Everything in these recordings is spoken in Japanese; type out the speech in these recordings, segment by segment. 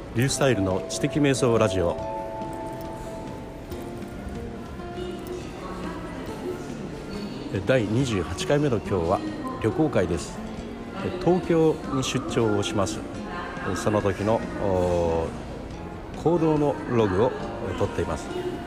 リュースタイルの知的瞑想ラジオ。第28回目の今日は旅行会です。東京に出張をします。その時の行動のログを撮っています。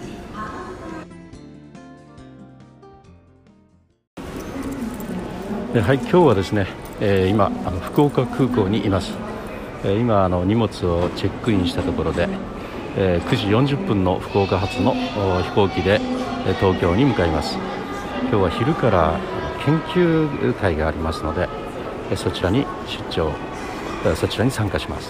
はい、今日はですね、今福岡空港にいます。今荷物をチェックインしたところで、9時40分の福岡発の飛行機で東京に向かいます。今日は昼から研究会がありますので、そちらに参加します。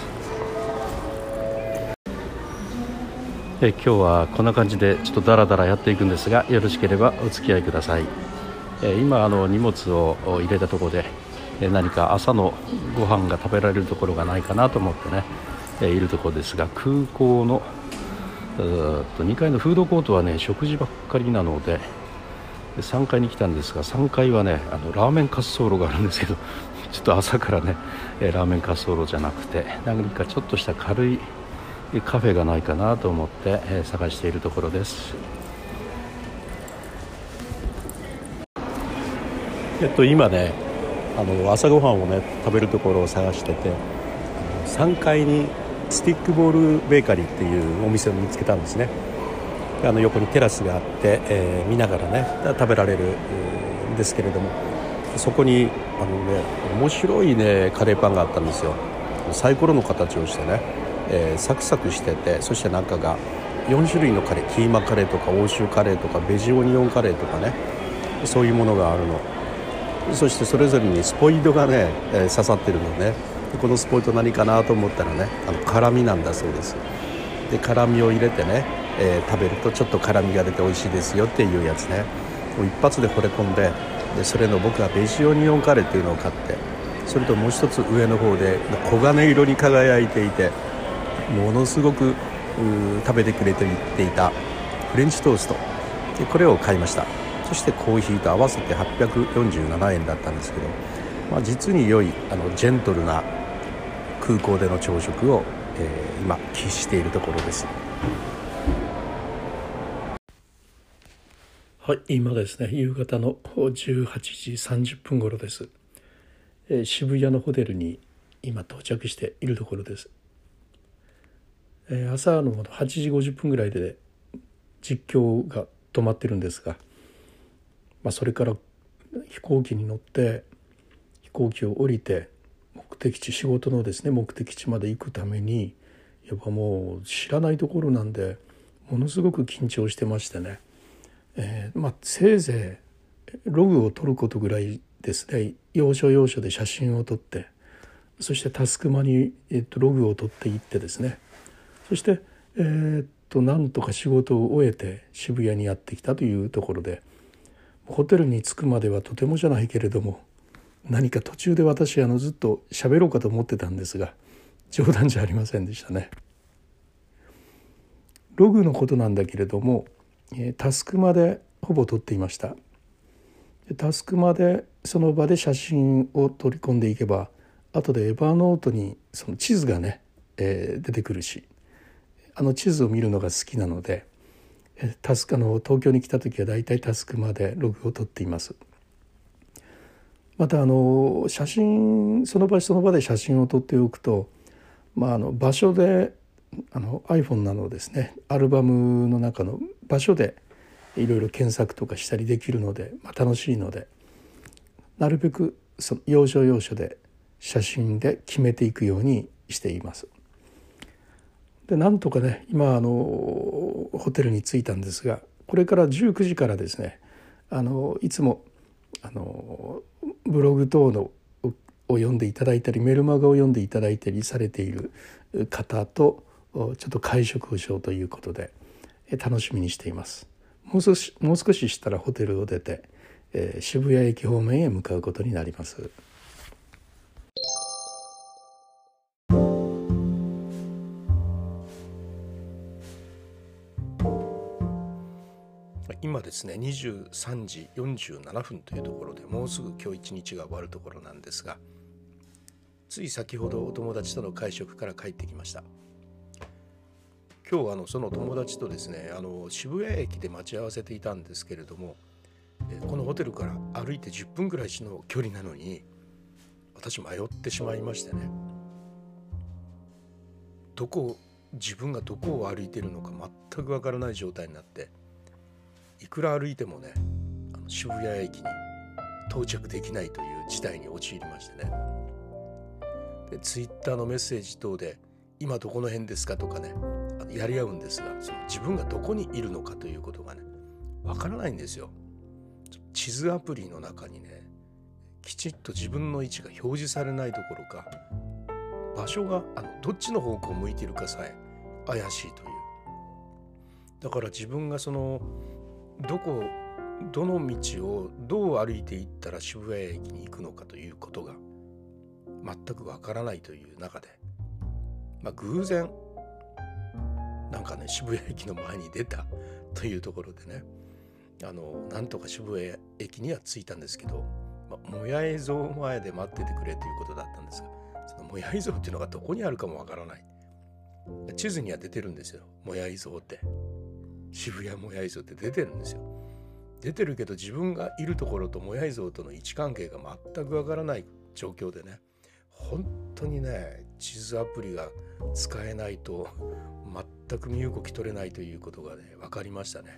今日はこんな感じでちょっとダラダラやっていくんですが、よろしければお付き合いください。今荷物を入れたところで何か朝のご飯が食べられるところがないかなと思ってね、いるところですが、空港の2階のフードコートはね、食事ばっかりなので、3階に来たんですが、3階はねラーメン滑走路があるんですけど、ちょっと朝からねラーメン滑走路じゃなくて、何かちょっとした軽いカフェがないかなと思って探しているところです。今ね朝ごはんをね食べるところを探してて、3階にスティックボールベーカリーっていうお店を見つけたんですね。横にテラスがあって、見ながらね食べられるんですけれども、そこに面白いねカレーパンがあったんですよ。サイコロの形をしてね、サクサクしてて、そして中が4種類のカレー、キーマカレーとか欧州カレーとかベジオニオンカレーとかね、そういうものがあるの。そしてそれぞれにスポイトがね、刺さってるのね。このスポイト何かなと思ったらね、辛みなんだそうです。で辛みを入れてね、食べるとちょっと辛みが出て美味しいですよっていうやつね。もう一発で惚れ込んで、それの僕はベジオニオンカレーっていうのを買って、それともう一つ上の方で黄金色に輝いていて、ものすごく食べてくれていたフレンチトーストで、これを買いました。そしてコーヒーと合わせて847円だったんですけど、実に良いジェントルな空港での朝食を、今喫しているところです。はい、今ですね、夕方の18時30分頃です。渋谷のホテルに今到着しているところです。朝の8時50分ぐらいで実況が止まってるんですが、それから飛行機に乗って飛行機を降りて仕事のですね目的地まで行くために、やっぱもう知らないところなんでものすごく緊張してましてね、せいぜいログを取ることぐらいですね、要所要所で写真を撮って、そしてタスクマに、ログを取っていってですね、そして、なんとか仕事を終えて渋谷にやってきたというところで、ホテルに着くまではとてもじゃないけれども、何か途中で私ずっと喋ろうかと思ってたんですが、冗談じゃありませんでしたね。ログのことなんだけれども、タスクマでほぼ撮っていました。タスクマでその場で写真を取り込んでいけば、後でエヴァーノートにその地図がね、出てくるし、地図を見るのが好きなので、東京に来た時はだいたいタスクマでログを取っています。また写真、その場その場で写真を撮っておくと、場所でiPhone などですね、アルバムの中の場所でいろいろ検索とかしたりできるので、楽しいので、なるべくその要所要所で写真で決めていくようにしています。でなんとかね、今ホテルに着いたんですが、これから19時からですね、いつもブログ等のを読んでいただいたり、メルマガを読んでいただいたりされている方とちょっと会食をしようということで楽しみにしています。もう少ししたらホテルを出て、渋谷駅方面へ向かうことになります。今ですね23時47分というところで、もうすぐ今日一日が終わるところなんですが、つい先ほどお友達との会食から帰ってきました。 今日その友達とですね渋谷駅で待ち合わせていたんですけれども、このホテルから歩いて10分ぐらいの距離なのに私迷ってしまいましてね、自分がどこを歩いているのか全くわからない状態になって、いくら歩いてもね渋谷駅に到着できないという事態に陥りましてね。でツイッターのメッセージ等で今どこの辺ですかとかねやり合うんですが、その自分がどこにいるのかということがねわからないんですよ。地図アプリの中にねきちっと自分の位置が表示されないどころか、場所がどっちの方向を向いているかさえ怪しいという。だから自分がどの道をどう歩いていったら渋谷駅に行くのかということが全くわからないという中で、偶然なんかね渋谷駅の前に出たというところでねなんとか渋谷駅には着いたんですけど、もやい像前で待っててくれということだったんですが、そのもやい像っていうのがどこにあるかもわからない。地図には出てるんですよ、もやい像って。渋谷もやい像って出てるんですよ。出てるけど自分がいるところともやい像との位置関係が全くわからない状況でね、本当にね地図アプリが使えないと全く身動き取れないということがね分かりましたね。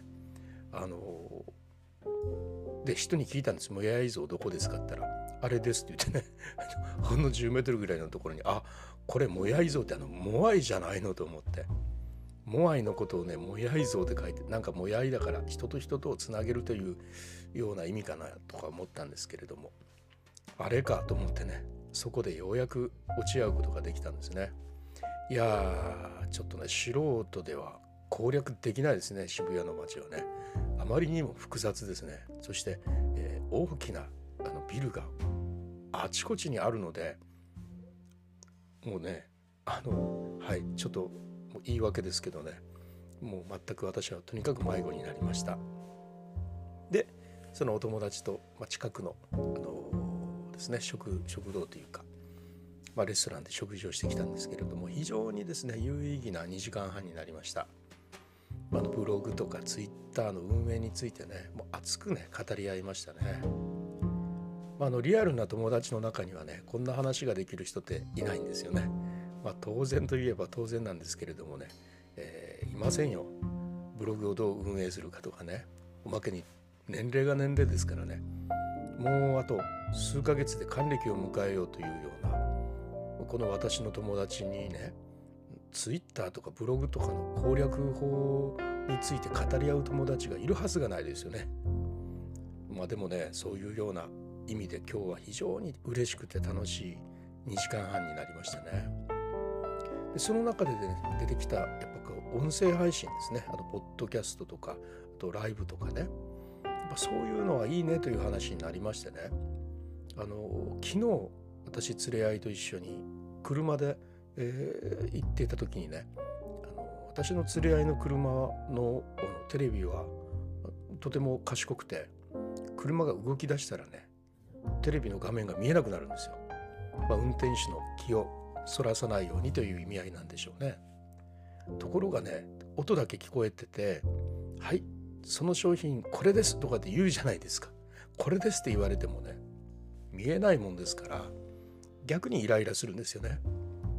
で人に聞いたんです。もやい像どこですかって言ったらあれですって言ってねほんの10メートルぐらいのところにこれもやい像ってモアイじゃないのと思って、モアイのことをねもやい像で書いて、なんかもやいだから人と人とをつなげるというような意味かなとか思ったんですけれども、あれかと思ってね、そこでようやく落ち合うことができたんですね。いやちょっとね素人では攻略できないですね、渋谷の街はね。あまりにも複雑ですね。そして、大きなビルがあちこちにあるので、もうねちょっともう言い訳ですけどね、もう全く私はとにかく迷子になりました。でそのお友達と、近くの、ですね食堂というか、レストランで食事をしてきたんですけれども、非常にですね有意義な2時間半になりました。ブログとかツイッターの運営についてねもう熱くね語り合いましたね。リアルな友達の中にはねこんな話ができる人っていないんですよね。当然といえば当然なんですけれどもね、いませんよ。ブログをどう運営するかとかね、おまけに年齢が年齢ですからね、もうあと数ヶ月で還暦を迎えようというようなこの私の友達にねツイッターとかブログとかの攻略法について語り合う友達がいるはずがないですよね。でもねそういうような意味で今日は非常に嬉しくて楽しい2時間半になりましたね。でその中で、ね、出てきたやっぱ音声配信ですね、ポッドキャストとかあとライブとかね、やっぱそういうのはいいねという話になりましてね、昨日私連れ合いと一緒に車で、行っていた時にね私の連れ合いの車のテレビはとても賢くて、車が動き出したらねテレビの画面が見えなくなるんですよ。運転手の気をそらさないようにという意味合いなんでしょうね。ところがね音だけ聞こえてて、はいその商品これですとかって言うじゃないですか。これですって言われてもね見えないもんですから逆にイライラするんですよね。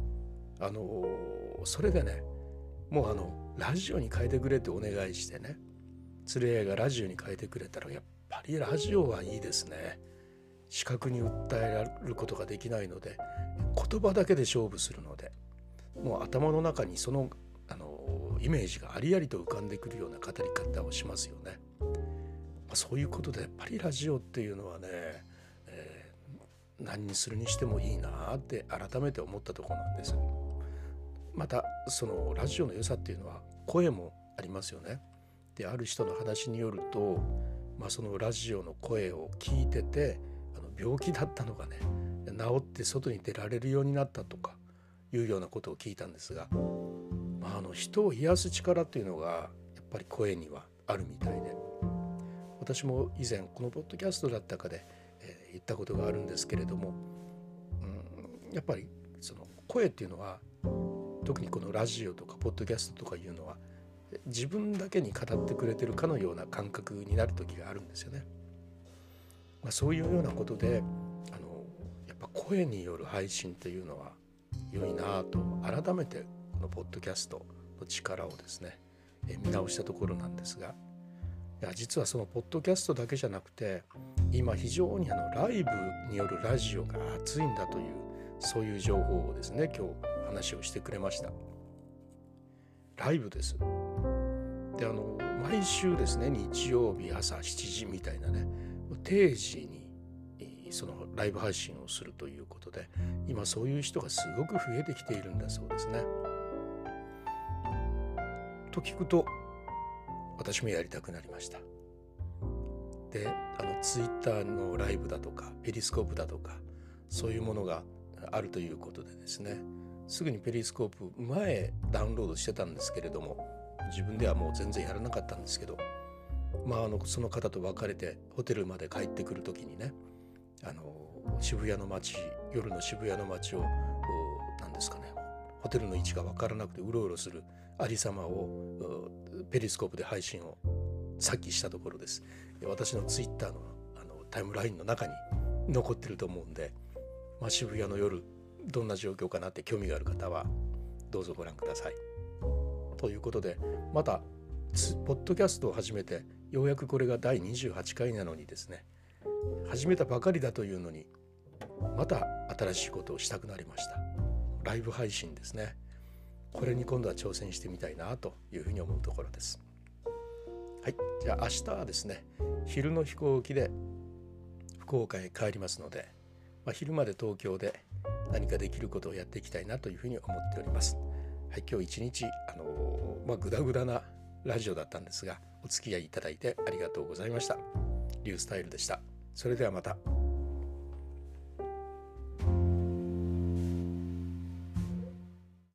それでねもうラジオに変えてくれってお願いしてね、連れ合いがラジオに変えてくれたらやっぱりラジオはいいですね。視覚に訴えられることができないので言葉だけで勝負するので、もう頭の中にそのイメージがありありと浮かんでくるような語り方をしますよね。そういうことでやっぱりラジオっていうのはね、何にするにしてもいいなって改めて思ったところなんです。またそのラジオの良さっていうのは声もありますよね。である人の話によると、そのラジオの声を聞いてて病気だったのがね治って外に出られるようになったとかいうようなことを聞いたんですが、人を癒す力っていうのがやっぱり声にはあるみたいで、私も以前このポッドキャストだったかで、言ったことがあるんですけれども、やっぱりその声っていうのは特にこのラジオとかポッドキャストとかいうのは自分だけに語ってくれてるかのような感覚になる時があるんですよね。そういうようなことでやっぱ声による配信というのは良いなと改めてこのポッドキャストの力をですね見直したところなんですが、実はそのポッドキャストだけじゃなくて今非常にライブによるラジオが熱いんだというそういう情報をですね今日話をしてくれました。ライブです。で毎週ですね日曜日朝7時みたいなね定時にそのライブ配信をするということで今そういう人がすごく増えてきているんだそうですね。と聞くと私もやりたくなりました。でツイッターのライブだとかペリスコープだとかそういうものがあるということでですねすぐにペリスコープ前ダウンロードしてたんですけれども自分ではもう全然やらなかったんですけど、その方と別れてホテルまで帰ってくる時にね渋谷の街夜の渋谷の街を何ですかねホテルの位置が分からなくてうろうろするありさまをペリスコープで配信をさっきしたところです。私のツイッターのタイムラインの中に残ってると思うんで、渋谷の夜どんな状況かなって興味がある方はどうぞご覧ください。ということでまたポッドキャストを始めてようやくこれが第28回なのにですね始めたばかりだというのにまた新しいことをしたくなりました。ライブ配信ですね。これに今度は挑戦してみたいなというふうに思うところです。はい、じゃあ明日はですね昼の飛行機で福岡へ帰りますので、昼まで東京で何かできることをやっていきたいなというふうに思っております。はい、今日一日グダグダなラジオだったんですがお付き合いいただいてありがとうございました。リュースタイルでした。それではまた。